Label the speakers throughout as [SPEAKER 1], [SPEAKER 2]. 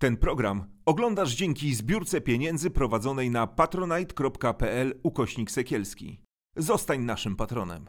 [SPEAKER 1] Ten program oglądasz dzięki zbiórce pieniędzy prowadzonej na patronite.pl/Sekielski. Zostań naszym patronem.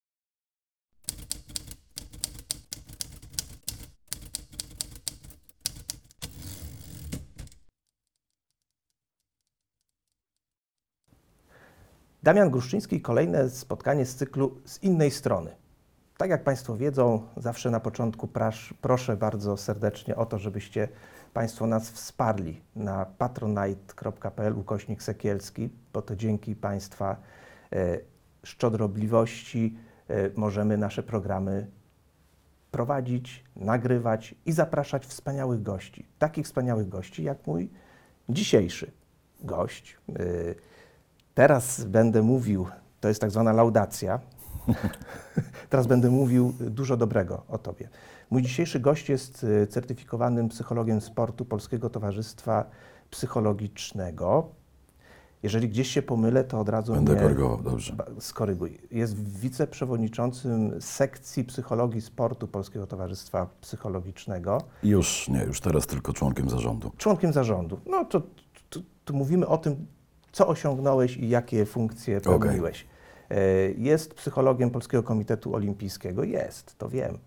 [SPEAKER 2] Damian Gruszczyński, kolejne spotkanie z cyklu z innej strony. Tak jak Państwo wiedzą, zawsze na początku proszę bardzo serdecznie o to, żebyście Państwo nas wsparli na patronite.pl/Sekielski, bo to dzięki Państwa szczodrobliwości możemy nasze programy prowadzić, nagrywać i zapraszać wspaniałych gości. Takich wspaniałych gości jak mój dzisiejszy gość. Teraz będę mówił, to jest tak zwana laudacja, teraz będę mówił dużo dobrego o Tobie. Mój dzisiejszy gość jest certyfikowanym psychologiem sportu Polskiego Towarzystwa Psychologicznego. Jeżeli gdzieś się pomylę, to od razu
[SPEAKER 3] będę korygował, dobrze.
[SPEAKER 2] Skoryguj. Jest wiceprzewodniczącym sekcji psychologii sportu Polskiego Towarzystwa Psychologicznego.
[SPEAKER 3] Już teraz tylko członkiem zarządu.
[SPEAKER 2] Członkiem zarządu. No to mówimy o tym, co osiągnąłeś i jakie funkcje pełniłeś. Jest psychologiem Polskiego Komitetu Olimpijskiego. Jest, to wiem.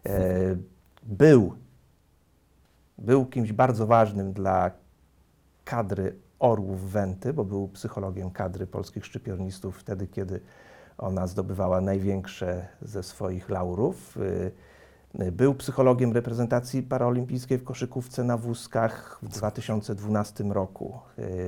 [SPEAKER 2] Był kimś bardzo ważnym dla kadry Orłów Wenty, bo był psychologiem kadry polskich szczypiornistów wtedy, kiedy ona zdobywała największe ze swoich laurów. Był psychologiem reprezentacji paraolimpijskiej w koszykówce na wózkach w 2012 roku.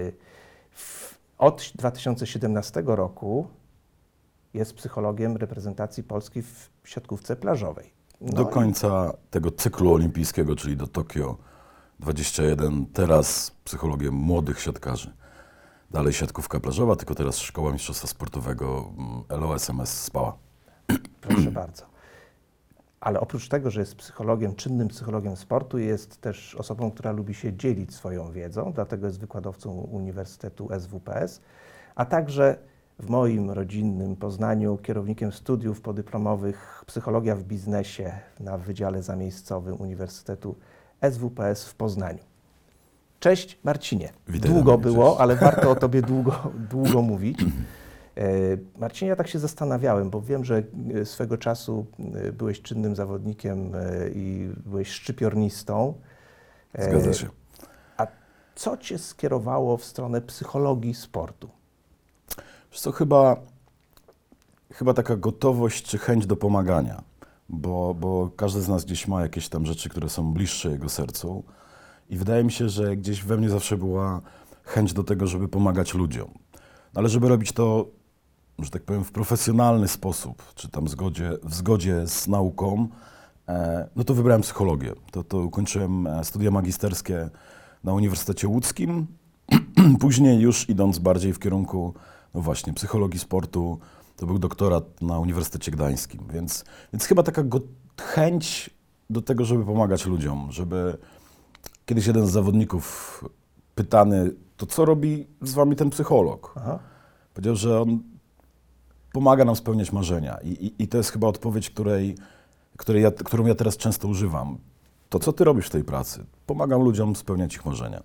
[SPEAKER 2] Od 2017 roku jest psychologiem reprezentacji Polski w siatkówce plażowej.
[SPEAKER 3] Do końca tego cyklu olimpijskiego, czyli do Tokio 21, teraz psychologiem młodych siatkarzy. Dalej siatkówka plażowa, tylko teraz Szkoła Mistrzostwa Sportowego LOSMS Spała.
[SPEAKER 2] Proszę bardzo. Ale oprócz tego, że jest psychologiem, czynnym psychologiem sportu, jest też osobą, która lubi się dzielić swoją wiedzą, dlatego jest wykładowcą Uniwersytetu SWPS, a także w moim rodzinnym Poznaniu kierownikiem studiów podyplomowych Psychologia w biznesie na Wydziale Zamiejscowym Uniwersytetu SWPS w Poznaniu. Cześć Marcinie.
[SPEAKER 3] Witaj,
[SPEAKER 2] długo
[SPEAKER 3] Damian,
[SPEAKER 2] było,
[SPEAKER 3] cześć.
[SPEAKER 2] ale warto o Tobie długo mówić. Marcinie, ja tak się zastanawiałem, bo wiem, że swego czasu byłeś czynnym zawodnikiem i byłeś szczypiornistą.
[SPEAKER 3] Zgadza się.
[SPEAKER 2] A co Cię skierowało w stronę psychologii sportu?
[SPEAKER 3] Wiesz co, chyba taka gotowość czy chęć do pomagania, bo każdy z nas gdzieś ma jakieś tam rzeczy, które są bliższe jego sercu i wydaje mi się, że gdzieś we mnie zawsze była chęć do tego, żeby pomagać ludziom. Ale żeby robić to, że tak powiem, w profesjonalny sposób, czy tam w zgodzie z nauką, no to wybrałem psychologię. To ukończyłem studia magisterskie na Uniwersytecie Łódzkim, później już idąc bardziej w kierunku, no właśnie, psychologii sportu, to był doktorat na Uniwersytecie Gdańskim, więc chyba taka chęć do tego, żeby pomagać ludziom, żeby kiedyś jeden z zawodników pytany, to co robi z wami ten psycholog?
[SPEAKER 2] Aha.
[SPEAKER 3] Powiedział, że on pomaga nam spełniać marzenia i to jest chyba odpowiedź, którą ja teraz często używam. To co ty robisz w tej pracy? Pomagam ludziom spełniać ich marzenia.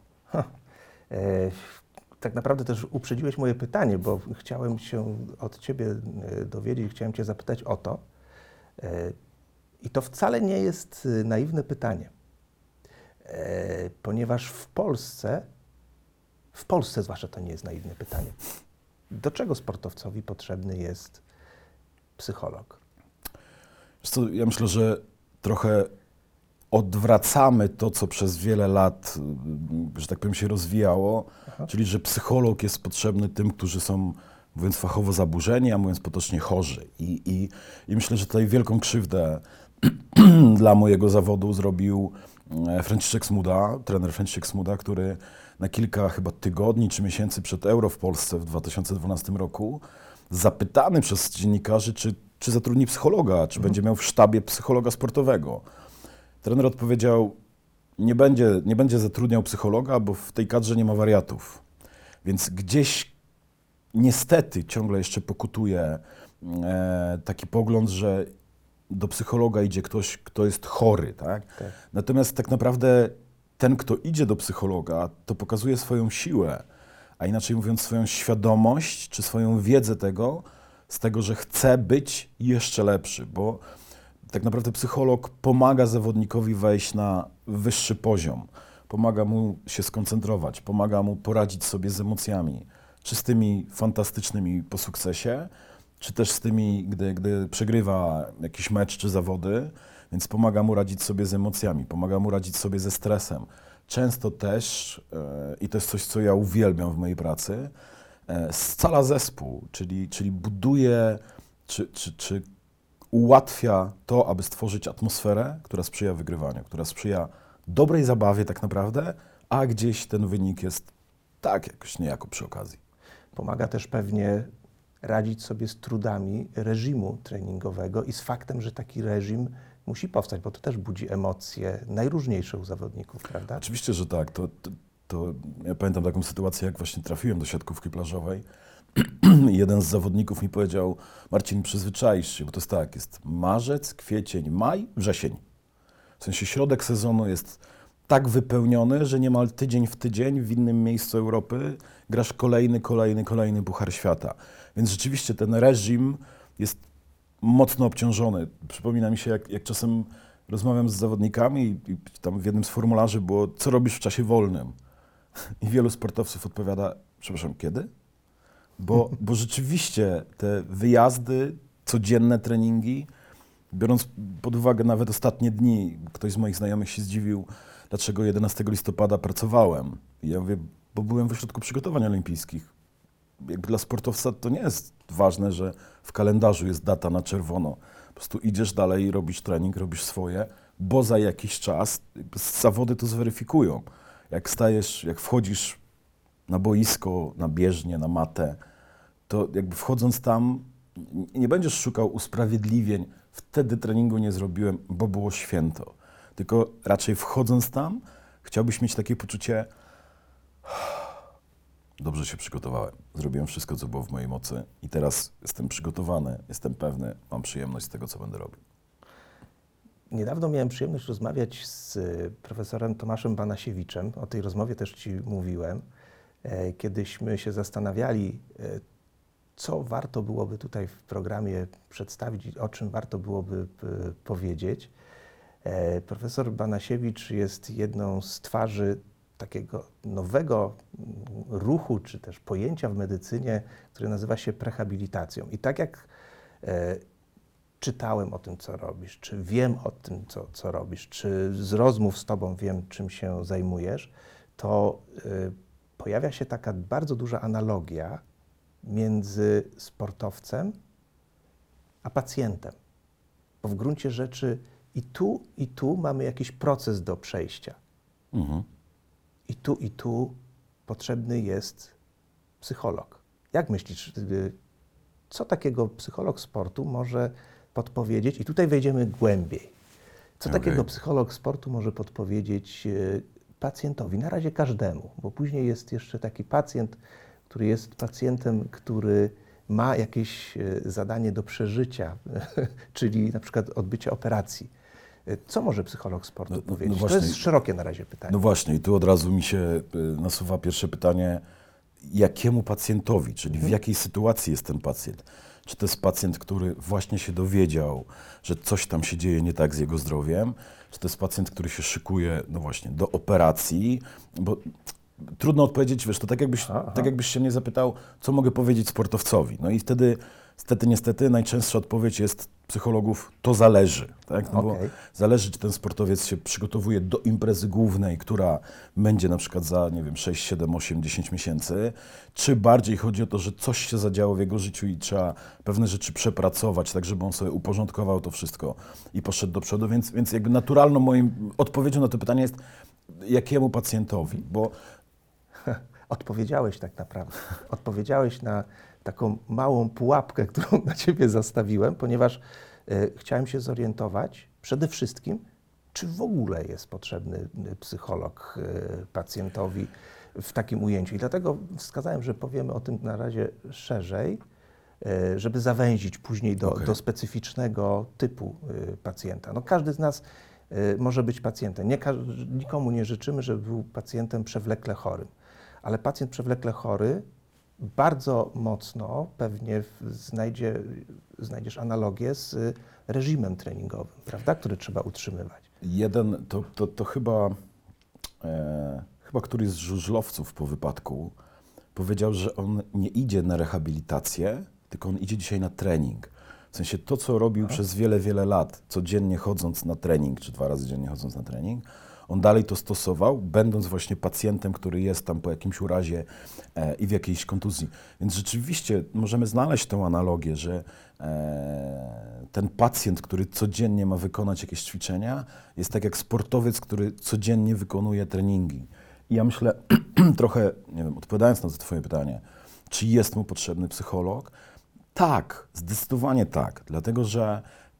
[SPEAKER 2] Tak naprawdę też uprzedziłeś moje pytanie, bo chciałem się od Ciebie dowiedzieć, chciałem Cię zapytać o to. I to wcale nie jest naiwne pytanie, ponieważ w Polsce zwłaszcza to nie jest naiwne pytanie. Do czego sportowcowi potrzebny jest psycholog?
[SPEAKER 3] Wiesz co, ja myślę, że trochę odwracamy to, co przez wiele lat, że tak powiem, się rozwijało, czyli że psycholog jest potrzebny tym, którzy są, mówiąc fachowo, zaburzeni, a mówiąc potocznie, chorzy. I myślę, że tutaj wielką krzywdę dla mojego zawodu zrobił Franciszek Smuda, trener Franciszek Smuda, który na kilka chyba tygodni czy miesięcy przed Euro w Polsce w 2012 roku zapytany przez dziennikarzy, czy zatrudni psychologa, czy będzie miał w sztabie psychologa sportowego. Trener odpowiedział, nie będzie zatrudniał psychologa, bo w tej kadrze nie ma wariatów. Więc gdzieś niestety ciągle jeszcze pokutuje taki pogląd, że do psychologa idzie ktoś, kto jest chory, tak? Natomiast tak naprawdę ten, kto idzie do psychologa, to pokazuje swoją siłę, a inaczej mówiąc swoją świadomość czy swoją wiedzę z tego, że chce być jeszcze lepszy, bo tak naprawdę psycholog pomaga zawodnikowi wejść na wyższy poziom, pomaga mu się skoncentrować, pomaga mu poradzić sobie z emocjami, czy z tymi fantastycznymi po sukcesie, czy też z tymi, gdy przegrywa jakiś mecz czy zawody, więc pomaga mu radzić sobie z emocjami, pomaga mu radzić sobie ze stresem. Często też, i to jest coś, co ja uwielbiam w mojej pracy, scala zespół, czyli buduje, czy ułatwia to, aby stworzyć atmosferę, która sprzyja wygrywaniu, która sprzyja dobrej zabawie tak naprawdę, a gdzieś ten wynik jest tak jakoś niejako przy okazji.
[SPEAKER 2] Pomaga też pewnie radzić sobie z trudami reżimu treningowego i z faktem, że taki reżim musi powstać, bo to też budzi emocje najróżniejsze u zawodników, prawda?
[SPEAKER 3] Oczywiście, że tak. To ja pamiętam taką sytuację, jak właśnie trafiłem do siatkówki plażowej. Jeden z zawodników mi powiedział: Marcin, przyzwyczaisz się, bo to jest tak, jest marzec, kwiecień, maj, wrzesień. W sensie środek sezonu jest tak wypełniony, że niemal tydzień w tydzień w innym miejscu Europy grasz kolejny Puchar Świata. Więc rzeczywiście ten reżim jest mocno obciążony. Przypomina mi się, jak czasem rozmawiam z zawodnikami i tam w jednym z formularzy było: co robisz w czasie wolnym? I wielu sportowców odpowiada: przepraszam, kiedy? Bo rzeczywiście te wyjazdy, codzienne treningi, biorąc pod uwagę nawet ostatnie dni, ktoś z moich znajomych się zdziwił, dlaczego 11 listopada pracowałem. I ja mówię, bo byłem w ośrodku przygotowań olimpijskich. Jakby dla sportowca to nie jest ważne, że w kalendarzu jest data na czerwono. Po prostu idziesz dalej, robisz trening, robisz swoje, bo za jakiś czas zawody to zweryfikują. Jak wchodzisz na boisko, na bieżnię, na matę, to jakby wchodząc tam nie będziesz szukał usprawiedliwień, wtedy treningu nie zrobiłem, bo było święto. Tylko raczej wchodząc tam chciałbyś mieć takie poczucie: dobrze się przygotowałem, zrobiłem wszystko, co było w mojej mocy i teraz jestem przygotowany, jestem pewny, mam przyjemność z tego, co będę robił.
[SPEAKER 2] Niedawno miałem przyjemność rozmawiać z profesorem Tomaszem Banasiewiczem. O tej rozmowie też Ci mówiłem. Kiedyśmy się zastanawiali, co warto byłoby tutaj w programie przedstawić, o czym warto byłoby powiedzieć. Profesor Banasiewicz jest jedną z twarzy takiego nowego ruchu, czy też pojęcia w medycynie, które nazywa się prehabilitacją. I tak jak czytałem o tym, co robisz, czy wiem o tym, co robisz, czy z rozmów z Tobą wiem, czym się zajmujesz, to pojawia się taka bardzo duża analogia między sportowcem a pacjentem. Bo w gruncie rzeczy i tu mamy jakiś proces do przejścia.
[SPEAKER 3] Mhm.
[SPEAKER 2] I tu potrzebny jest psycholog. Jak myślisz, co takiego psycholog sportu może podpowiedzieć? I tutaj wejdziemy głębiej. Co takiego psycholog sportu może podpowiedzieć pacjentowi? Na razie każdemu, bo później jest jeszcze taki pacjent, który jest pacjentem, który ma jakieś zadanie do przeżycia, czyli na przykład odbycie operacji. Co może psycholog sportu powiedzieć?
[SPEAKER 3] właśnie,
[SPEAKER 2] To jest szerokie na razie pytanie.
[SPEAKER 3] No właśnie, i tu od razu mi się nasuwa pierwsze pytanie: jakiemu pacjentowi, czyli w jakiej sytuacji jest ten pacjent? Czy to jest pacjent, który właśnie się dowiedział, że coś tam się dzieje nie tak z jego zdrowiem? Czy to jest pacjent, który się szykuje, no właśnie, do operacji? Bo trudno odpowiedzieć, wiesz, to tak jakbyś się mnie zapytał, co mogę powiedzieć sportowcowi. No i wtedy, niestety, najczęstsza odpowiedź jest psychologów: to zależy. Tak? No bo zależy, czy ten sportowiec się przygotowuje do imprezy głównej, która będzie na przykład za, nie wiem, 6, 7, 8, 10 miesięcy, czy bardziej chodzi o to, że coś się zadziało w jego życiu i trzeba pewne rzeczy przepracować, tak żeby on sobie uporządkował to wszystko i poszedł do przodu. Więc jakby naturalną moim odpowiedzią na to pytanie jest: jakiemu pacjentowi? Bo
[SPEAKER 2] Odpowiedziałeś tak naprawdę. Odpowiedziałeś na taką małą pułapkę, którą na Ciebie zastawiłem, ponieważ chciałem się zorientować przede wszystkim, czy w ogóle jest potrzebny psycholog pacjentowi w takim ujęciu. I dlatego wskazałem, że powiemy o tym na razie szerzej, żeby zawęzić później do specyficznego typu pacjenta. No, każdy z nas może być pacjentem. Nikomu nie życzymy, żeby był pacjentem przewlekle chorym, ale pacjent przewlekle chory bardzo mocno pewnie znajdziesz analogię z reżimem treningowym, prawda, który trzeba utrzymywać.
[SPEAKER 3] To chyba któryś z żużlowców po wypadku powiedział, że on nie idzie na rehabilitację, tylko on idzie dzisiaj na trening. W sensie to, co robił przez wiele, wiele lat, codziennie chodząc na trening, czy 2 razy dziennie chodząc na trening, on dalej to stosował, będąc właśnie pacjentem, który jest tam po jakimś urazie i w jakiejś kontuzji. Więc rzeczywiście możemy znaleźć tę analogię, że ten pacjent, który codziennie ma wykonać jakieś ćwiczenia, jest tak jak sportowiec, który codziennie wykonuje treningi. I ja myślę, trochę, nie wiem, odpowiadając na to twoje pytanie, czy jest mu potrzebny psycholog? Tak, zdecydowanie tak, dlatego że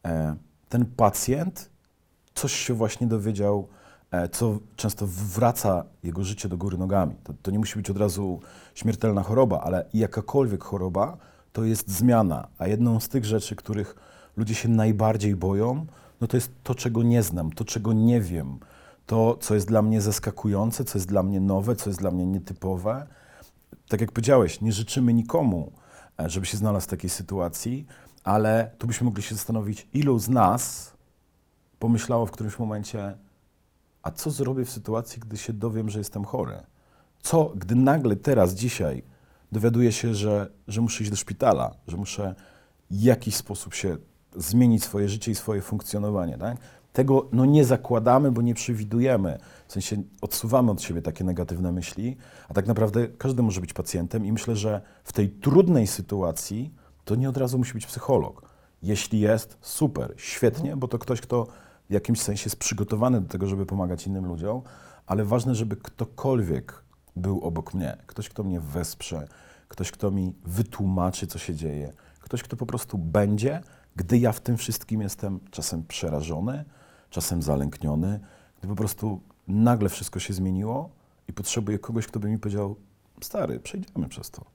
[SPEAKER 3] ten pacjent coś się właśnie dowiedział, co często wywraca jego życie do góry nogami. To nie musi być od razu śmiertelna choroba, ale jakakolwiek choroba to jest zmiana. A jedną z tych rzeczy, których ludzie się najbardziej boją, no to jest to, czego nie znam, to, czego nie wiem, to, co jest dla mnie zaskakujące, co jest dla mnie nowe, co jest dla mnie nietypowe. Tak jak powiedziałeś, nie życzymy nikomu, żeby się znalazł w takiej sytuacji, ale tu byśmy mogli się zastanowić, ilu z nas pomyślało w którymś momencie, a co zrobię w sytuacji, gdy się dowiem, że jestem chory? Co, gdy nagle teraz, dzisiaj dowiaduję się, że muszę iść do szpitala, że muszę w jakiś sposób się zmienić swoje życie i swoje funkcjonowanie, tak? Tego nie zakładamy, bo nie przewidujemy. W sensie odsuwamy od siebie takie negatywne myśli, a tak naprawdę każdy może być pacjentem i myślę, że w tej trudnej sytuacji to nie od razu musi być psycholog. Jeśli jest, super, świetnie, bo to ktoś, kto w jakimś sensie jest przygotowany do tego, żeby pomagać innym ludziom, ale ważne, żeby ktokolwiek był obok mnie, ktoś, kto mnie wesprze, ktoś, kto mi wytłumaczy, co się dzieje, ktoś, kto po prostu będzie, gdy ja w tym wszystkim jestem czasem przerażony, czasem zalękniony, gdy po prostu nagle wszystko się zmieniło i potrzebuję kogoś, kto by mi powiedział, stary, przejdziemy przez to.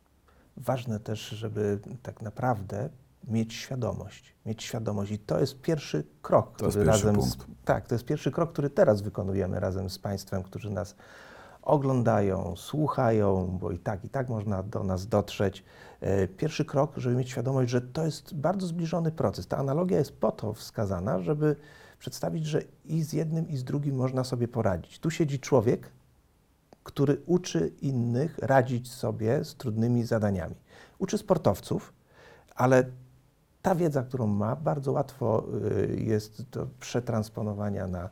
[SPEAKER 2] Ważne też, żeby tak naprawdę mieć świadomość i to jest pierwszy krok,
[SPEAKER 3] To jest pierwszy punkt.
[SPEAKER 2] to jest pierwszy krok, który teraz wykonujemy razem z Państwem, którzy nas oglądają, słuchają, bo i tak można do nas dotrzeć. Pierwszy krok, żeby mieć świadomość, że to jest bardzo zbliżony proces. Ta analogia jest po to wskazana, żeby przedstawić, że i z jednym, i z drugim można sobie poradzić. Tu siedzi człowiek, który uczy innych radzić sobie z trudnymi zadaniami. Uczy sportowców, ale ta wiedza, którą ma, bardzo łatwo jest do przetransponowania na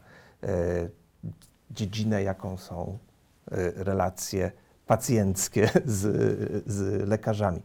[SPEAKER 2] dziedzinę, jaką są relacje pacjenckie z lekarzami.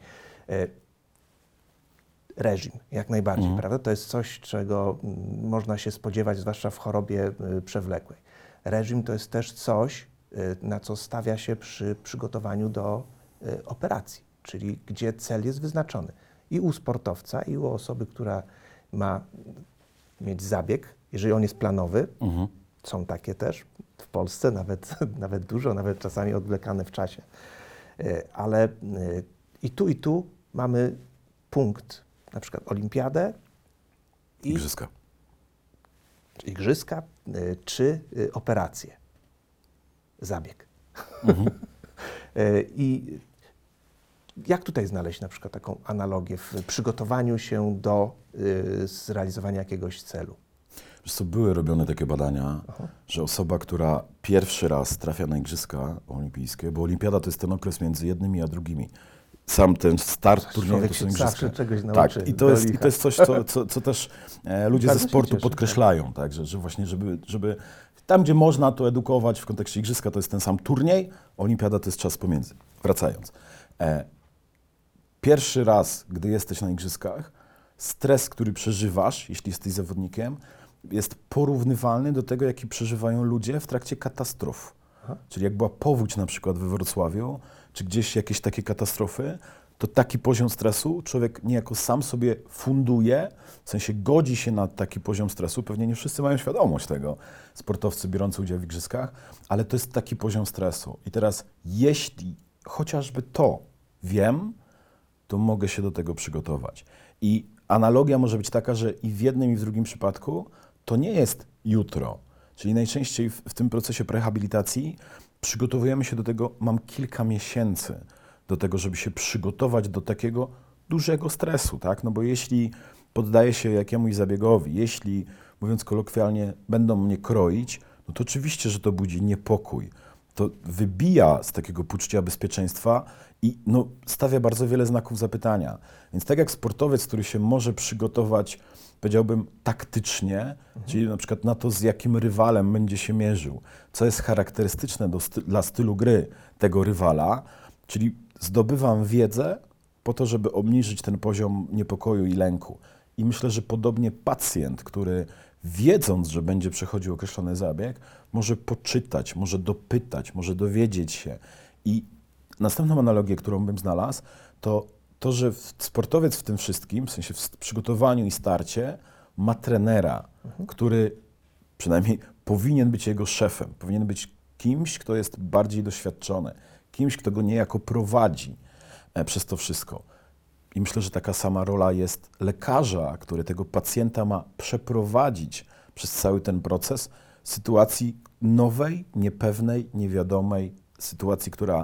[SPEAKER 2] Reżim, jak najbardziej, prawda? To jest coś, czego można się spodziewać, zwłaszcza w chorobie przewlekłej. Reżim to jest też coś, na co stawia się przy przygotowaniu do operacji, czyli gdzie cel jest wyznaczony. I u sportowca, i u osoby, która ma mieć zabieg, jeżeli on jest planowy, są takie też w Polsce, nawet dużo, nawet czasami odwlekane w czasie. Ale i tu mamy punkt, na przykład olimpiadę i igrzyska czy operację, zabieg. I jak tutaj znaleźć na przykład taką analogię w przygotowaniu się do zrealizowania jakiegoś celu?
[SPEAKER 3] Wiesz co, były robione takie badania, że osoba, która pierwszy raz trafia na Igrzyska Olimpijskie, bo olimpiada to jest ten okres między jednymi a drugimi. Sam ten start turnieju to są Igrzyska.
[SPEAKER 2] Zawsze czegoś nauczy.
[SPEAKER 3] Tak, i to jest coś, co też ludzie ze sportu podkreślają, tak, że właśnie, żeby tam, gdzie można to edukować w kontekście Igrzyska, to jest ten sam turniej, olimpiada to jest czas pomiędzy. Wracając. Pierwszy raz, gdy jesteś na Igrzyskach, stres, który przeżywasz, jeśli jesteś zawodnikiem, jest porównywalny do tego, jaki przeżywają ludzie w trakcie katastrof. Czyli jak była powódź na przykład we Wrocławiu, czy gdzieś jakieś takie katastrofy, to taki poziom stresu człowiek niejako sam sobie funduje, w sensie godzi się na taki poziom stresu. Pewnie nie wszyscy mają świadomość tego, sportowcy biorący udział w Igrzyskach, ale to jest taki poziom stresu. I teraz jeśli chociażby to wiem, to mogę się do tego przygotować. I analogia może być taka, że i w jednym, i w drugim przypadku to nie jest jutro. Czyli najczęściej w tym procesie prehabilitacji przygotowujemy się do tego, mam kilka miesięcy do tego, żeby się przygotować do takiego dużego stresu, tak? No bo jeśli poddaję się jakiemuś zabiegowi, jeśli, mówiąc kolokwialnie, będą mnie kroić, no to oczywiście, że to budzi niepokój. To wybija z takiego poczucia bezpieczeństwa i no, stawia bardzo wiele znaków zapytania. Więc tak jak sportowiec, który się może przygotować, powiedziałbym, taktycznie, czyli na przykład na to, z jakim rywalem będzie się mierzył, co jest charakterystyczne dla stylu gry tego rywala, czyli zdobywam wiedzę po to, żeby obniżyć ten poziom niepokoju i lęku. I myślę, że podobnie pacjent, który wiedząc, że będzie przechodził określony zabieg, może poczytać, może dopytać, może dowiedzieć się. I następną analogię, którą bym znalazł, to, że sportowiec w tym wszystkim, w sensie w przygotowaniu i starcie, ma trenera, który przynajmniej powinien być jego szefem, powinien być kimś, kto jest bardziej doświadczony, kimś, kto go niejako prowadzi przez to wszystko. I myślę, że taka sama rola jest lekarza, który tego pacjenta ma przeprowadzić przez cały ten proces sytuacji nowej, niepewnej, niewiadomej, sytuacji, która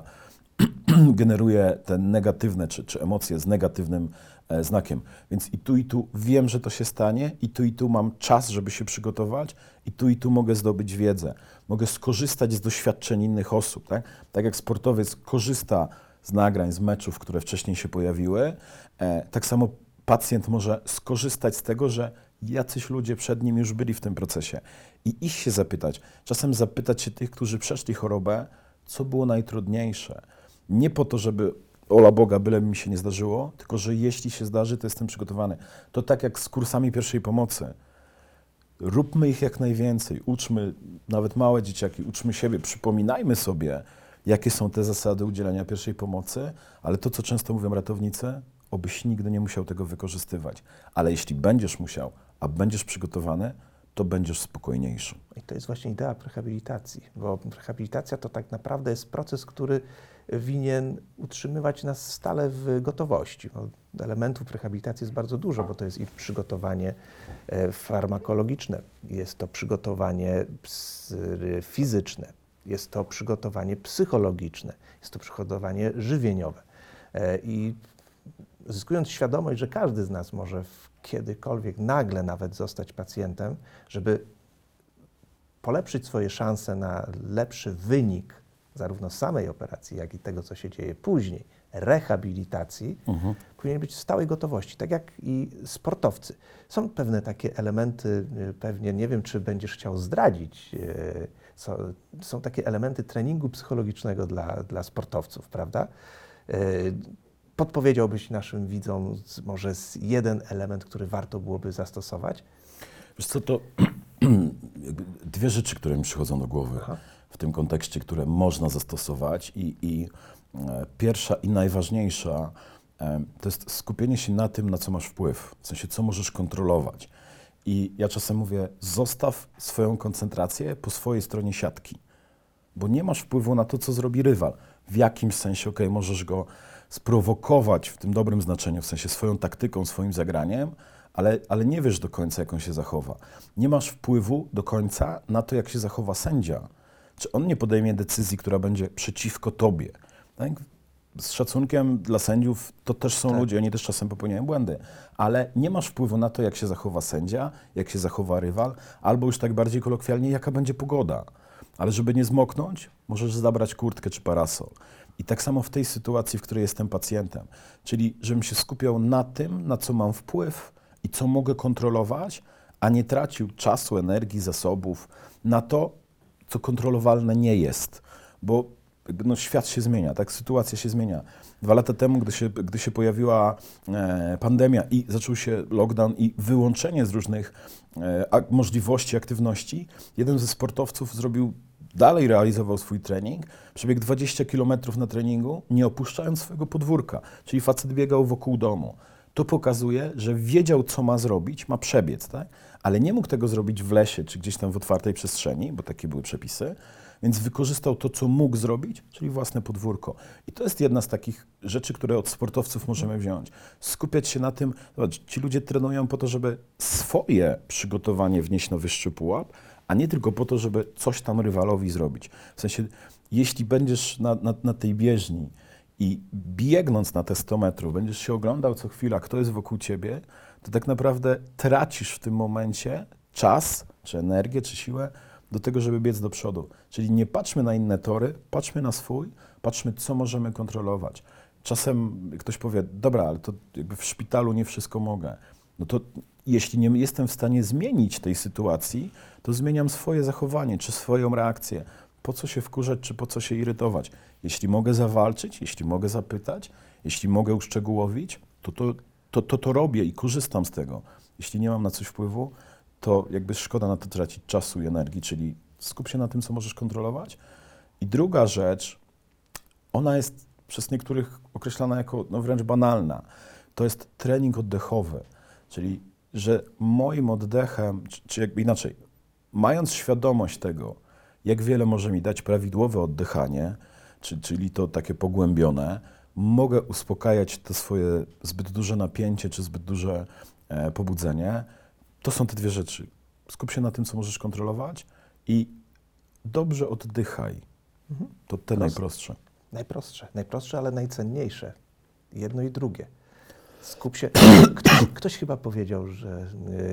[SPEAKER 3] generuje te negatywne czy emocje z negatywnym znakiem. Więc i tu wiem, że to się stanie, i tu mam czas, żeby się przygotować, i tu mogę zdobyć wiedzę. Mogę skorzystać z doświadczeń innych osób. Tak jak sportowiec korzysta z nagrań, z meczów, które wcześniej się pojawiły, tak samo pacjent może skorzystać z tego, że jacyś ludzie przed nim już byli w tym procesie i iść się zapytać. Czasem zapytać się tych, którzy przeszli chorobę, co było najtrudniejsze. Nie po to, żeby ola Boga, byle mi się nie zdarzyło, tylko że jeśli się zdarzy, to jestem przygotowany. To tak jak z kursami pierwszej pomocy. Róbmy ich jak najwięcej, uczmy nawet małe dzieciaki, uczmy siebie, przypominajmy sobie, jakie są te zasady udzielania pierwszej pomocy, ale to, co często mówią ratownicy, obyś nigdy nie musiał tego wykorzystywać. Ale jeśli będziesz musiał, a będziesz przygotowany, to będziesz spokojniejszy.
[SPEAKER 2] I to jest właśnie idea rehabilitacji, bo rehabilitacja to tak naprawdę jest proces, który winien utrzymywać nas stale w gotowości. Bo elementów rehabilitacji jest bardzo dużo, bo to jest i przygotowanie farmakologiczne, jest to przygotowanie fizyczne, jest to przygotowanie psychologiczne, jest to przygotowanie żywieniowe. I zyskując świadomość, że każdy z nas może kiedykolwiek nagle nawet zostać pacjentem, żeby polepszyć swoje szanse na lepszy wynik zarówno samej operacji, jak i tego, co się dzieje później, rehabilitacji, powinien być w stałej gotowości, tak jak i sportowcy. Są pewne takie elementy, pewnie nie wiem, czy będziesz chciał zdradzić, są takie elementy treningu psychologicznego dla sportowców, prawda? Podpowiedziałbyś naszym widzom może jeden element, który warto byłoby zastosować?
[SPEAKER 3] Wiesz co, to jakby dwie rzeczy, które mi przychodzą do głowy w tym kontekście, które można zastosować i pierwsza i najważniejsza to jest skupienie się na tym, na co masz wpływ, w sensie co możesz kontrolować. I ja czasem mówię, zostaw swoją koncentrację po swojej stronie siatki, bo nie masz wpływu na to, co zrobi rywal. W jakimś sensie, możesz go sprowokować w tym dobrym znaczeniu, w sensie swoją taktyką, swoim zagraniem, ale nie wiesz do końca, jak on się zachowa. Nie masz wpływu do końca na to, jak się zachowa sędzia. Czy on nie podejmie decyzji, która będzie przeciwko tobie. Tak? Z szacunkiem dla sędziów, to też są ludzie, oni też czasem popełniają błędy, ale nie masz wpływu na to, jak się zachowa sędzia, jak się zachowa rywal, albo już tak bardziej kolokwialnie, jaka będzie pogoda. Ale żeby nie zmoknąć, możesz zabrać kurtkę czy parasol. I tak samo w tej sytuacji, w której jestem pacjentem. Czyli żebym się skupiał na tym, na co mam wpływ i co mogę kontrolować, a nie tracił czasu, energii, zasobów na to, co kontrolowalne nie jest. Bo świat się zmienia, tak? Sytuacja się zmienia. 2 lata temu, gdy się pojawiła pandemia i zaczął się lockdown i wyłączenie z różnych możliwości aktywności, jeden ze sportowców dalej realizował swój trening, przebiegł 20 km na treningu, nie opuszczając swojego podwórka, czyli facet biegał wokół domu. To pokazuje, że wiedział, co ma zrobić, ma przebiec, tak? Ale nie mógł tego zrobić w lesie, czy gdzieś tam w otwartej przestrzeni, bo takie były przepisy, więc wykorzystał to, co mógł zrobić, czyli własne podwórko. I to jest jedna z takich rzeczy, które od sportowców możemy wziąć. Skupiać się na tym, zobacz, ci ludzie trenują po to, żeby swoje przygotowanie wnieść na wyższy pułap, a nie tylko po to, żeby coś tam rywalowi zrobić. W sensie, jeśli będziesz na tej bieżni i biegnąc na te 100 metrów, będziesz się oglądał co chwila, kto jest wokół ciebie, to tak naprawdę tracisz w tym momencie czas, czy energię, czy siłę do tego, żeby biec do przodu. Czyli nie patrzmy na inne tory, patrzmy na swój, patrzmy, co możemy kontrolować. Czasem ktoś powie, dobra, ale to jakby w szpitalu nie wszystko mogę. No to jeśli nie jestem w stanie zmienić tej sytuacji, to zmieniam swoje zachowanie, czy swoją reakcję. Po co się wkurzać, czy po co się irytować? Jeśli mogę zawalczyć, jeśli mogę zapytać, jeśli mogę uszczegółowić, to robię i korzystam z tego. Jeśli nie mam na coś wpływu, to jakby szkoda na to tracić czasu i energii, czyli skup się na tym, co możesz kontrolować. I druga rzecz, ona jest przez niektórych określana jako wręcz banalna. To jest trening oddechowy, czyli że moim oddechem, czy jakby inaczej, mając świadomość tego, jak wiele może mi dać prawidłowe oddychanie, czyli to takie pogłębione, mogę uspokajać to swoje zbyt duże napięcie, czy zbyt duże pobudzenie. To są te dwie rzeczy. Skup się na tym, co możesz kontrolować i dobrze oddychaj. To te najprostsze.
[SPEAKER 2] Najprostsze, ale najcenniejsze. Jedno i drugie. Skup się. Ktoś chyba powiedział, że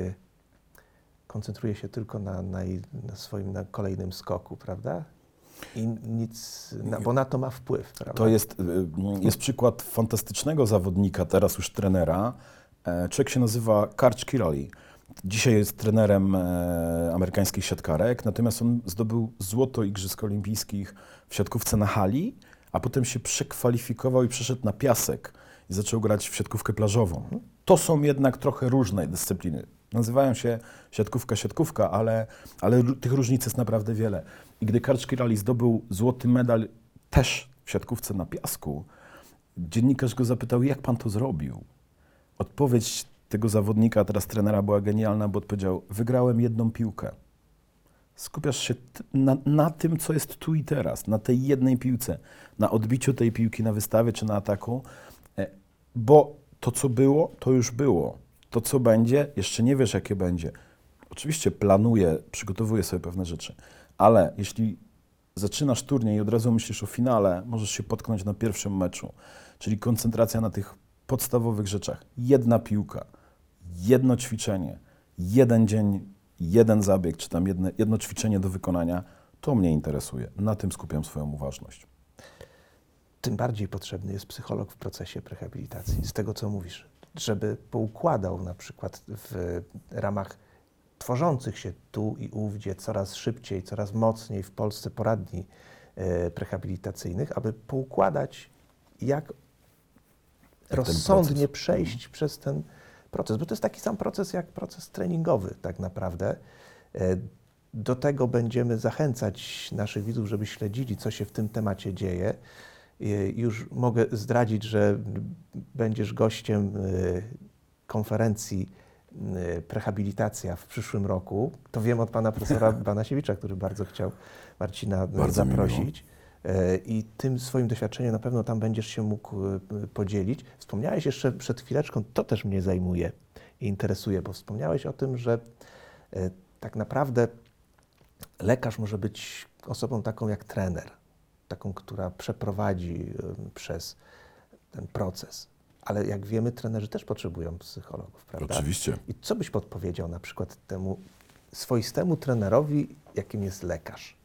[SPEAKER 2] koncentruje się tylko na swoim kolejnym skoku, człowiek i nic, bo na to ma wpływ, prawda?
[SPEAKER 3] To jest przykład fantastycznego zawodnika, teraz już trenera. Człowiek się nazywa Karch Kiraly. Dzisiaj jest trenerem amerykańskich siatkarek, natomiast on zdobył złoto Igrzysk Olimpijskich w siatkówce na hali, a potem się przekwalifikował i przeszedł na piasek i zaczął grać w siatkówkę plażową. To są jednak trochę różne dyscypliny. Nazywają się siatkówka, ale tych różnic jest naprawdę wiele. I gdy Karch Kiraly zdobył złoty medal też w siatkówce na piasku, dziennikarz go zapytał, jak pan to zrobił? Odpowiedź tego zawodnika, teraz trenera, była genialna, bo odpowiedział, wygrałem jedną piłkę. Skupiasz się na tym, co jest tu i teraz, na tej jednej piłce, na odbiciu tej piłki na wystawie czy na ataku, bo to, co było, to już było. To, co będzie, jeszcze nie wiesz, jakie będzie. Oczywiście planuję, przygotowuję sobie pewne rzeczy, ale jeśli zaczynasz turniej i od razu myślisz o finale, możesz się potknąć na pierwszym meczu, czyli koncentracja na tych podstawowych rzeczach. Jedna piłka, jedno ćwiczenie, jeden dzień, jeden zabieg, czy tam jedno ćwiczenie do wykonania, to mnie interesuje. Na tym skupiam swoją uważność.
[SPEAKER 2] Tym bardziej potrzebny jest psycholog w procesie rehabilitacji, z tego co mówisz, żeby poukładał na przykład w ramach tworzących się tu i ówdzie coraz szybciej, coraz mocniej w Polsce poradni rehabilitacyjnych, aby poukładać, jak rozsądnie przejść przez ten proces, bo to jest taki sam proces jak proces treningowy tak naprawdę. Do tego będziemy zachęcać naszych widzów, żeby śledzili, co się w tym temacie dzieje. Już mogę zdradzić, że będziesz gościem konferencji Rehabilitacja w przyszłym roku. To wiem od pana profesora Banasiewicza, który bardzo chciał Marcina zaprosić. I tym swoim doświadczeniem na pewno tam będziesz się mógł podzielić. Wspomniałeś jeszcze przed chwileczką, to też mnie zajmuje i interesuje, bo wspomniałeś o tym, że tak naprawdę lekarz może być osobą taką jak trener, taką, która przeprowadzi przez ten proces. Ale jak wiemy, trenerzy też potrzebują psychologów, prawda?
[SPEAKER 3] Oczywiście.
[SPEAKER 2] I co byś podpowiedział na przykład temu swoistemu trenerowi, jakim jest lekarz?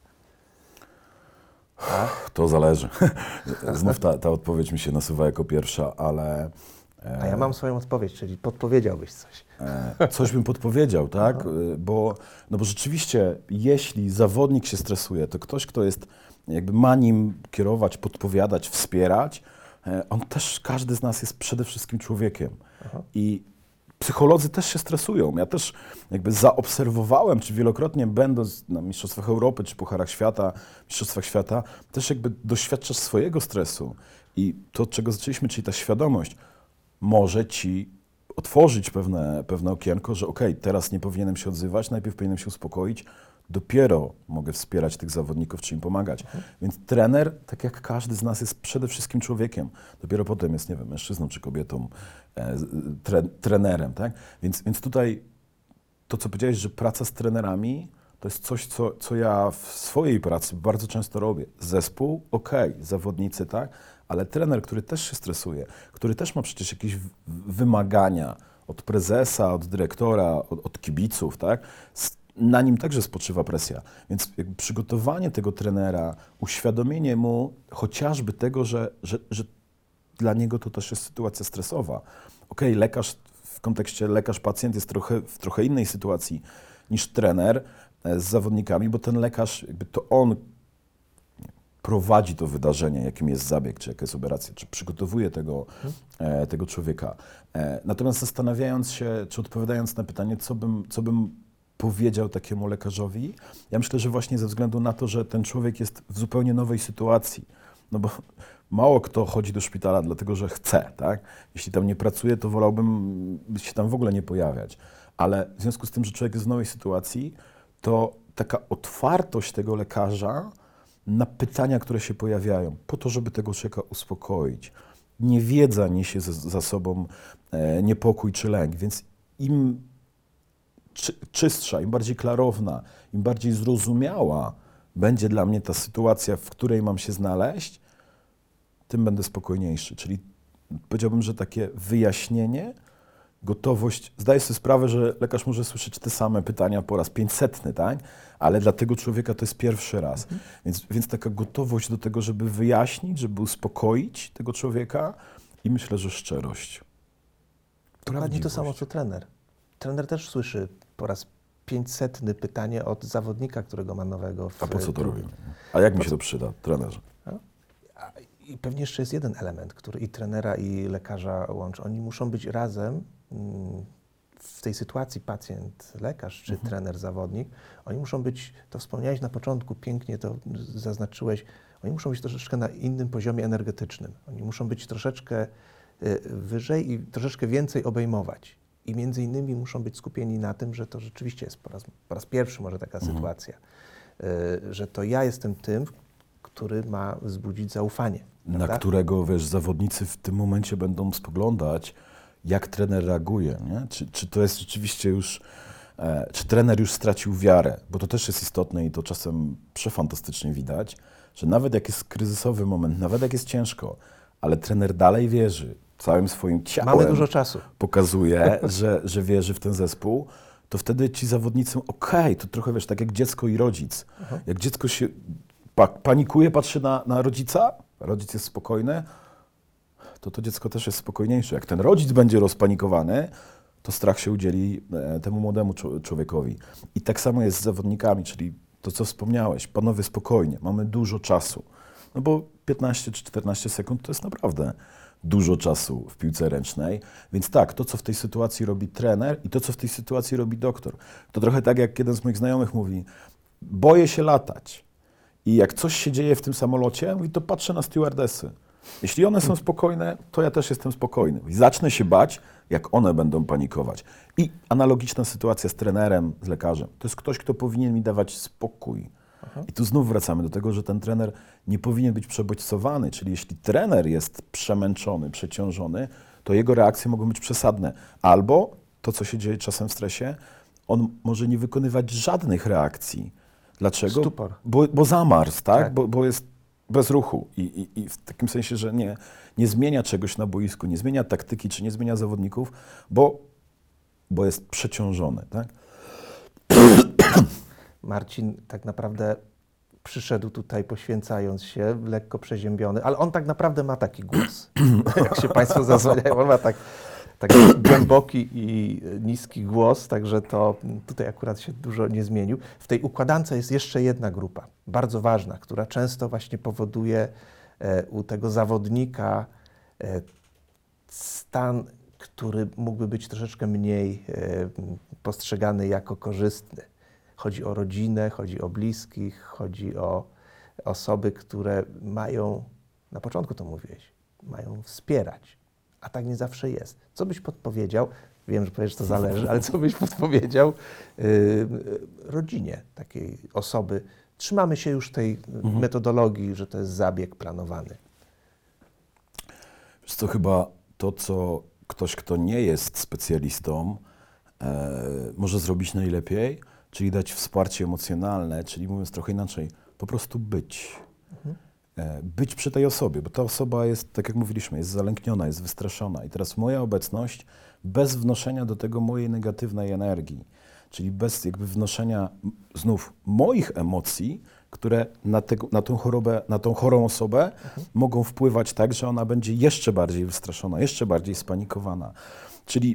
[SPEAKER 3] To zależy. Znów ta odpowiedź mi się nasuwa jako pierwsza, ale...
[SPEAKER 2] A ja mam swoją odpowiedź, czyli podpowiedziałbyś coś.
[SPEAKER 3] Coś bym podpowiedział, tak? Bo rzeczywiście, jeśli zawodnik się stresuje, to ktoś, kto jest, jakby ma nim kierować, podpowiadać, wspierać, on też, każdy z nas jest przede wszystkim człowiekiem. I psycholodzy też się stresują. Ja też jakby zaobserwowałem, czy wielokrotnie będąc na Mistrzostwach Europy, czy Pucharach Świata, Mistrzostwach Świata, też jakby doświadczasz swojego stresu. I to, od czego zaczęliśmy, czyli ta świadomość, może ci otworzyć pewne okienko, że okej, teraz nie powinienem się odzywać, najpierw powinienem się uspokoić, dopiero mogę wspierać tych zawodników, czy im pomagać. Więc trener, tak jak każdy z nas, jest przede wszystkim człowiekiem. Dopiero potem jest, nie wiem, mężczyzną czy kobietą, trenerem, tak? Więc tutaj to, co powiedziałeś, że praca z trenerami, to jest coś, co ja w swojej pracy bardzo często robię. Zespół, zawodnicy, tak, ale trener, który też się stresuje, który też ma przecież jakieś wymagania od prezesa, od dyrektora, od kibiców, tak, na nim także spoczywa presja. Więc jakby przygotowanie tego trenera, uświadomienie mu chociażby tego, że dla niego to też jest sytuacja stresowa. Lekarz w kontekście lekarz-pacjent jest w trochę innej sytuacji niż trener z zawodnikami, bo ten lekarz, jakby to on prowadzi to wydarzenie, jakim jest zabieg, czy jaka jest operacja, czy przygotowuje tego człowieka. Natomiast zastanawiając się, czy odpowiadając na pytanie, co bym powiedział takiemu lekarzowi, ja myślę, że właśnie ze względu na to, że ten człowiek jest w zupełnie nowej sytuacji, no bo mało kto chodzi do szpitala dlatego, że chce, tak? Jeśli tam nie pracuje, to wolałbym się tam w ogóle nie pojawiać. Ale w związku z tym, że człowiek jest w nowej sytuacji, to taka otwartość tego lekarza na pytania, które się pojawiają, po to, żeby tego człowieka uspokoić. Niewiedza niesie za sobą niepokój czy lęk, więc im czystsza, im bardziej klarowna, im bardziej zrozumiała będzie dla mnie ta sytuacja, w której mam się znaleźć, tym będę spokojniejszy. Czyli powiedziałbym, że takie wyjaśnienie, gotowość, zdaję sobie sprawę, że lekarz może słyszeć te same pytania po raz 500, tak? Ale dla tego człowieka to jest pierwszy raz. Więc taka gotowość do tego, żeby wyjaśnić, żeby uspokoić tego człowieka i myślę, że szczerość.
[SPEAKER 2] Dokładnie to samo, co trener. Trener też słyszy po raz 500 pytanie od zawodnika, którego ma nowego.
[SPEAKER 3] A po co to robimy? A jak mi się to przyda, trenerze?
[SPEAKER 2] I pewnie jeszcze jest jeden element, który i trenera, i lekarza łączy. Oni muszą być razem w tej sytuacji pacjent, lekarz czy trener, zawodnik. Oni muszą być, to wspomniałeś na początku, pięknie to zaznaczyłeś, oni muszą być troszeczkę na innym poziomie energetycznym. Oni muszą być troszeczkę wyżej i troszeczkę więcej obejmować. I między innymi muszą być skupieni na tym, że to rzeczywiście jest po raz pierwszy może taka sytuacja, że to ja jestem tym, który ma wzbudzić zaufanie.
[SPEAKER 3] Na
[SPEAKER 2] prawda?
[SPEAKER 3] którego, wiesz, zawodnicy w tym momencie będą spoglądać, jak trener reaguje, nie? Czy to jest rzeczywiście już, czy trener już stracił wiarę, bo to też jest istotne i to czasem przefantastycznie widać, że nawet jak jest kryzysowy moment, nawet jak jest ciężko, ale trener dalej wierzy, całym swoim ciałem
[SPEAKER 2] Mamy dużo czasu.
[SPEAKER 3] pokazuje, że wierzy w ten zespół, to wtedy ci zawodnicy, to trochę, wiesz, tak jak dziecko i rodzic. Jak dziecko się panikuje, patrzy na rodzica, rodzic jest spokojny, to dziecko też jest spokojniejsze. Jak ten rodzic będzie rozpanikowany, to strach się udzieli temu młodemu człowiekowi. I tak samo jest z zawodnikami, czyli to, co wspomniałeś, panowie spokojnie, mamy dużo czasu. No bo 15 czy 14 sekund to jest naprawdę dużo czasu w piłce ręcznej. Więc tak, to, co w tej sytuacji robi trener i to, co w tej sytuacji robi doktor, to trochę tak, jak jeden z moich znajomych mówi, boję się latać. I jak coś się dzieje w tym samolocie, mówi, to patrzę na stewardessy. Jeśli one są spokojne, to ja też jestem spokojny. I zacznę się bać, jak one będą panikować. I analogiczna sytuacja z trenerem, z lekarzem. To jest ktoś, kto powinien mi dawać spokój. I tu znów wracamy do tego, że ten trener nie powinien być przebodźcowany. Czyli jeśli trener jest przemęczony, przeciążony, to jego reakcje mogą być przesadne. Albo to, co się dzieje czasem w stresie, on może nie wykonywać żadnych reakcji. Dlaczego?
[SPEAKER 2] Stupor.
[SPEAKER 3] Bo zamarzł, tak?
[SPEAKER 2] Tak.
[SPEAKER 3] Bo jest bez ruchu i w takim sensie, że nie zmienia czegoś na boisku, nie zmienia taktyki, czy nie zmienia zawodników, bo jest przeciążony, tak?
[SPEAKER 2] Marcin tak naprawdę przyszedł tutaj poświęcając się, lekko przeziębiony, ale on tak naprawdę ma taki głos, jak się Państwo zasłaniają, on ma tak głęboki i niski głos, także to tutaj akurat się dużo nie zmienił. W tej układance jest jeszcze jedna grupa, bardzo ważna, która często właśnie powoduje u tego zawodnika stan, który mógłby być troszeczkę mniej postrzegany jako korzystny. Chodzi o rodzinę, chodzi o bliskich, chodzi o osoby, które mają, na początku to mówiłeś, mają wspierać, a tak nie zawsze jest. Co byś podpowiedział, wiem, że powiesz, to zależy, ale co byś podpowiedział rodzinie takiej osoby? Trzymamy się już tej metodologii, że to jest zabieg planowany.
[SPEAKER 3] Wiesz co, chyba to, co ktoś, kto nie jest specjalistą, może zrobić najlepiej, czyli dać wsparcie emocjonalne, czyli mówiąc trochę inaczej, po prostu być. Być przy tej osobie, bo ta osoba jest, tak jak mówiliśmy, jest zalękniona, jest wystraszona i teraz moja obecność bez wnoszenia do tego mojej negatywnej energii, czyli bez jakby wnoszenia znów moich emocji, które na tą chorobę, na tą chorą osobę mogą wpływać tak, że ona będzie jeszcze bardziej wystraszona, jeszcze bardziej spanikowana. Czyli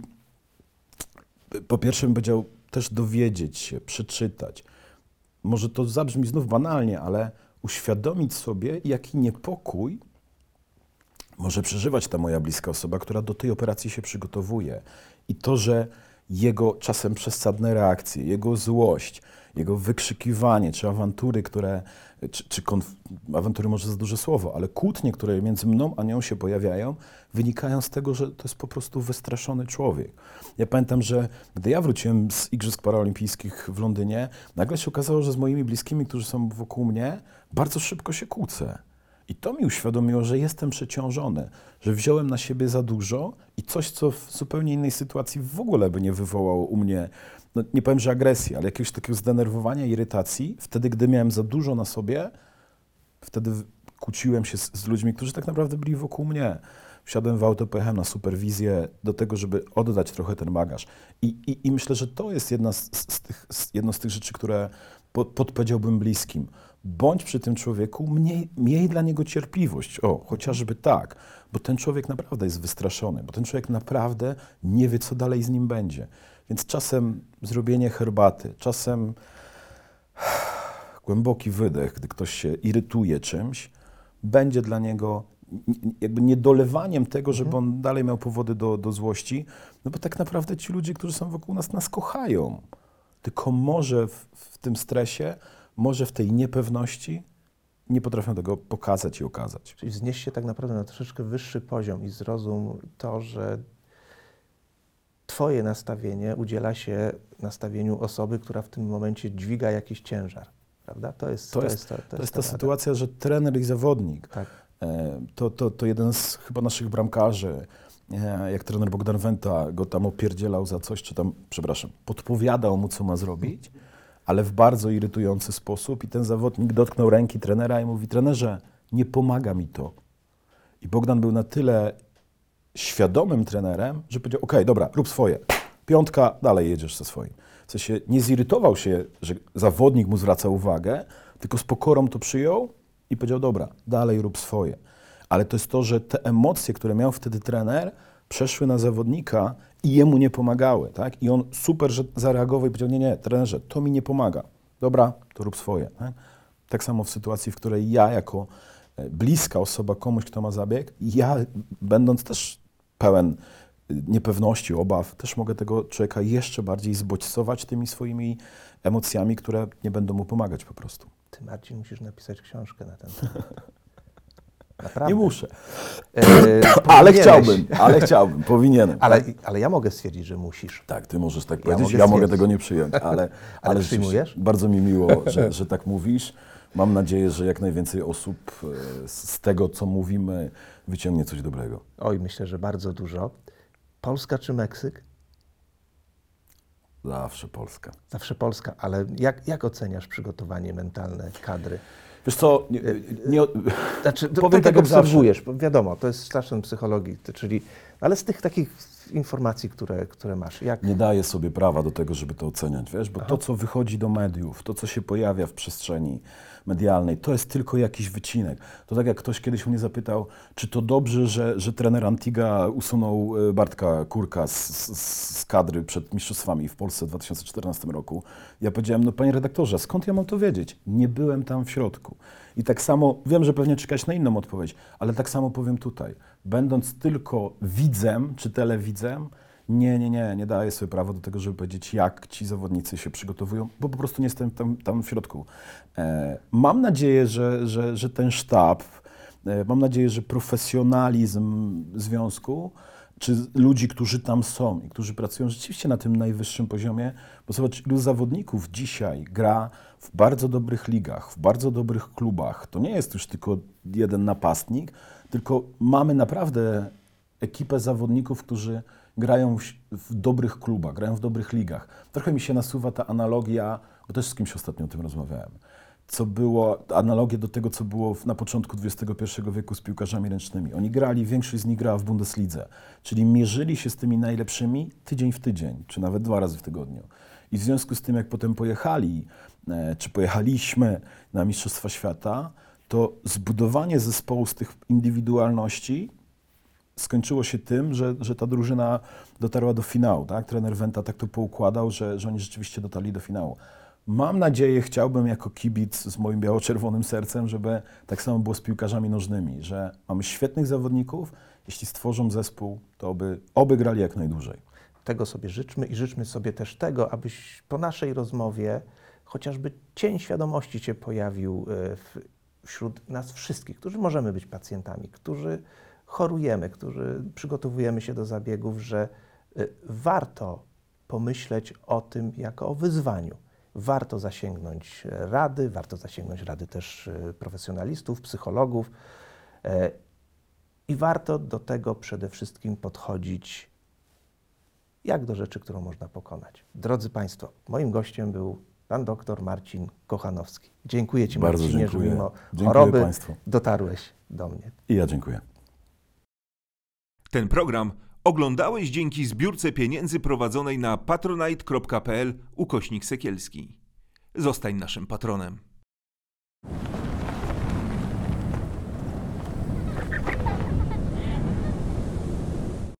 [SPEAKER 3] po pierwsze bym powiedział też dowiedzieć się, przeczytać. Może to zabrzmi znów banalnie, ale uświadomić sobie, jaki niepokój może przeżywać ta moja bliska osoba, która do tej operacji się przygotowuje. I to, że jego czasem przesadne reakcje, jego złość, jego wykrzykiwanie, czy awantury, awantury może za duże słowo, ale kłótnie, które między mną a nią się pojawiają, wynikają z tego, że to jest po prostu wystraszony człowiek. Ja pamiętam, że gdy ja wróciłem z Igrzysk Paraolimpijskich w Londynie, nagle się okazało, że z moimi bliskimi, którzy są wokół mnie, bardzo szybko się kłócę. I to mi uświadomiło, że jestem przeciążony, że wziąłem na siebie za dużo i coś, co w zupełnie innej sytuacji w ogóle by nie wywołało u mnie, no nie powiem, że agresji, ale jakiegoś takiego zdenerwowania, irytacji. Wtedy, gdy miałem za dużo na sobie, wtedy kłóciłem się z ludźmi, którzy tak naprawdę byli wokół mnie. Wsiadłem w auto, pojechałem na superwizję do tego, żeby oddać trochę ten bagaż. I myślę, że to jest jedno z tych rzeczy, które podpowiedziałbym bliskim. Bądź przy tym człowieku, miej dla niego cierpliwość. Chociażby tak, bo ten człowiek naprawdę jest wystraszony, bo ten człowiek naprawdę nie wie, co dalej z nim będzie. Więc czasem zrobienie herbaty, czasem głęboki wydech, gdy ktoś się irytuje czymś, będzie dla niego jakby niedolewaniem tego, żeby on dalej miał powody do złości, no bo tak naprawdę ci ludzie, którzy są wokół nas kochają. Tylko może w tym stresie, może w tej niepewności nie potrafią tego pokazać i okazać.
[SPEAKER 2] Czyli wznieść się tak naprawdę na troszeczkę wyższy poziom i zrozum to, że twoje nastawienie udziela się nastawieniu osoby, która w tym momencie dźwiga jakiś ciężar, prawda? To jest
[SPEAKER 3] ta sytuacja, że trener i zawodnik,
[SPEAKER 2] tak.
[SPEAKER 3] To jeden z chyba naszych bramkarzy, jak trener Bogdan Wenta go tam opierdzielał za coś, czy tam, przepraszam, podpowiadał mu, co ma zrobić, ale w bardzo irytujący sposób i ten zawodnik dotknął ręki trenera i mówi: trenerze, nie pomaga mi to. I Bogdan był na tyle świadomym trenerem, że powiedział: okej, dobra, rób swoje. 5, dalej jedziesz ze swoim. W sensie nie zirytował się, że zawodnik mu zwraca uwagę, tylko z pokorą to przyjął i powiedział: dobra, dalej rób swoje. Ale to jest to, że te emocje, które miał wtedy trener, przeszły na zawodnika i jemu nie pomagały, tak? I on super, że zareagował i powiedział: nie, trenerze, to mi nie pomaga. Dobra, to rób swoje. Tak samo w sytuacji, w której ja jako bliska osoba komuś, kto ma zabieg, ja będąc też pełen niepewności, obaw, też mogę tego człowieka jeszcze bardziej zbodźcować tymi swoimi emocjami, które nie będą mu pomagać po prostu.
[SPEAKER 2] Ty, Marcin, musisz napisać książkę na ten temat. Naprawdę.
[SPEAKER 3] Nie muszę. Ale chciałbym, powinienem.
[SPEAKER 2] Ale ja mogę stwierdzić, że musisz.
[SPEAKER 3] Tak, ty możesz tak powiedzieć, ja mogę tego nie przyjąć, ale
[SPEAKER 2] przyjmujesz?
[SPEAKER 3] Bardzo mi miło, że tak mówisz. Mam nadzieję, że jak najwięcej osób z tego, co mówimy, wyciągnie coś dobrego.
[SPEAKER 2] Oj, myślę, że bardzo dużo. Polska czy Meksyk?
[SPEAKER 3] Zawsze Polska.
[SPEAKER 2] Zawsze Polska, ale jak oceniasz przygotowanie mentalne kadry?
[SPEAKER 3] Wiesz co,
[SPEAKER 2] Znaczy,
[SPEAKER 3] powiem
[SPEAKER 2] tak jak
[SPEAKER 3] jak
[SPEAKER 2] obserwujesz, bo wiadomo, to jest straszne psychologii, czyli, ale z tych takich informacji, które masz, jak...
[SPEAKER 3] Nie daję sobie prawa do tego, żeby to oceniać, wiesz, bo to, co wychodzi do mediów, to, co się pojawia w przestrzeni medialnej, to jest tylko jakiś wycinek. To tak jak ktoś kiedyś mnie zapytał, czy to dobrze, że trener Antiga usunął Bartka Kurka z kadry przed mistrzostwami w Polsce w 2014 roku. Ja powiedziałem: no panie redaktorze, skąd ja mam to wiedzieć? Nie byłem tam w środku. I tak samo, wiem, że pewnie czekać na inną odpowiedź, ale tak samo powiem tutaj. Będąc tylko widzem czy telewidzem, nie daję sobie prawa do tego, żeby powiedzieć, jak ci zawodnicy się przygotowują, bo po prostu nie jestem tam w środku. Mam nadzieję, że ten sztab, mam nadzieję, że profesjonalizm związku czy ludzi, którzy tam są i którzy pracują rzeczywiście na tym najwyższym poziomie, bo zobacz, ilu zawodników dzisiaj gra w bardzo dobrych ligach, w bardzo dobrych klubach. To nie jest już tylko jeden napastnik, tylko mamy naprawdę ekipę zawodników, którzy grają w dobrych klubach, grają w dobrych ligach. Trochę mi się nasuwa ta analogia, bo też z kimś ostatnio o tym rozmawiałem, co było, analogię do tego, co było na początku XXI wieku z piłkarzami ręcznymi. Oni grali, większość z nich grała w Bundeslidze, czyli mierzyli się z tymi najlepszymi tydzień w tydzień, czy nawet 2 razy w tygodniu. I w związku z tym, jak potem pojechali, czy pojechaliśmy na Mistrzostwa Świata, to zbudowanie zespołu z tych indywidualności skończyło się tym, że ta drużyna dotarła do finału. Tak? Trener Wenta tak to poukładał, że oni rzeczywiście dotarli do finału. Mam nadzieję, chciałbym jako kibic z moim biało-czerwonym sercem, żeby tak samo było z piłkarzami nożnymi, że mamy świetnych zawodników, jeśli stworzą zespół, to oby grali jak najdłużej.
[SPEAKER 2] Tego sobie życzmy i życzmy sobie też tego, abyś po naszej rozmowie chociażby cień świadomości się pojawił wśród nas wszystkich, którzy możemy być pacjentami, którzy chorujemy, którzy przygotowujemy się do zabiegów, że warto pomyśleć o tym jako o wyzwaniu. Warto zasięgnąć rady też profesjonalistów, psychologów i warto do tego przede wszystkim podchodzić jak do rzeczy, którą można pokonać. Drodzy Państwo, moim gościem był pan doktor Marcin Kochanowski. Dziękuję Ci,
[SPEAKER 3] Bardzo
[SPEAKER 2] Marcinie,
[SPEAKER 3] dziękuję.
[SPEAKER 2] że mimo
[SPEAKER 3] Dziękuję
[SPEAKER 2] choroby
[SPEAKER 3] Państwu.
[SPEAKER 2] dotarłeś do mnie.
[SPEAKER 3] I ja dziękuję.
[SPEAKER 1] Ten program oglądałeś dzięki zbiórce pieniędzy prowadzonej na patronite.pl/Sekielski. Zostań naszym patronem.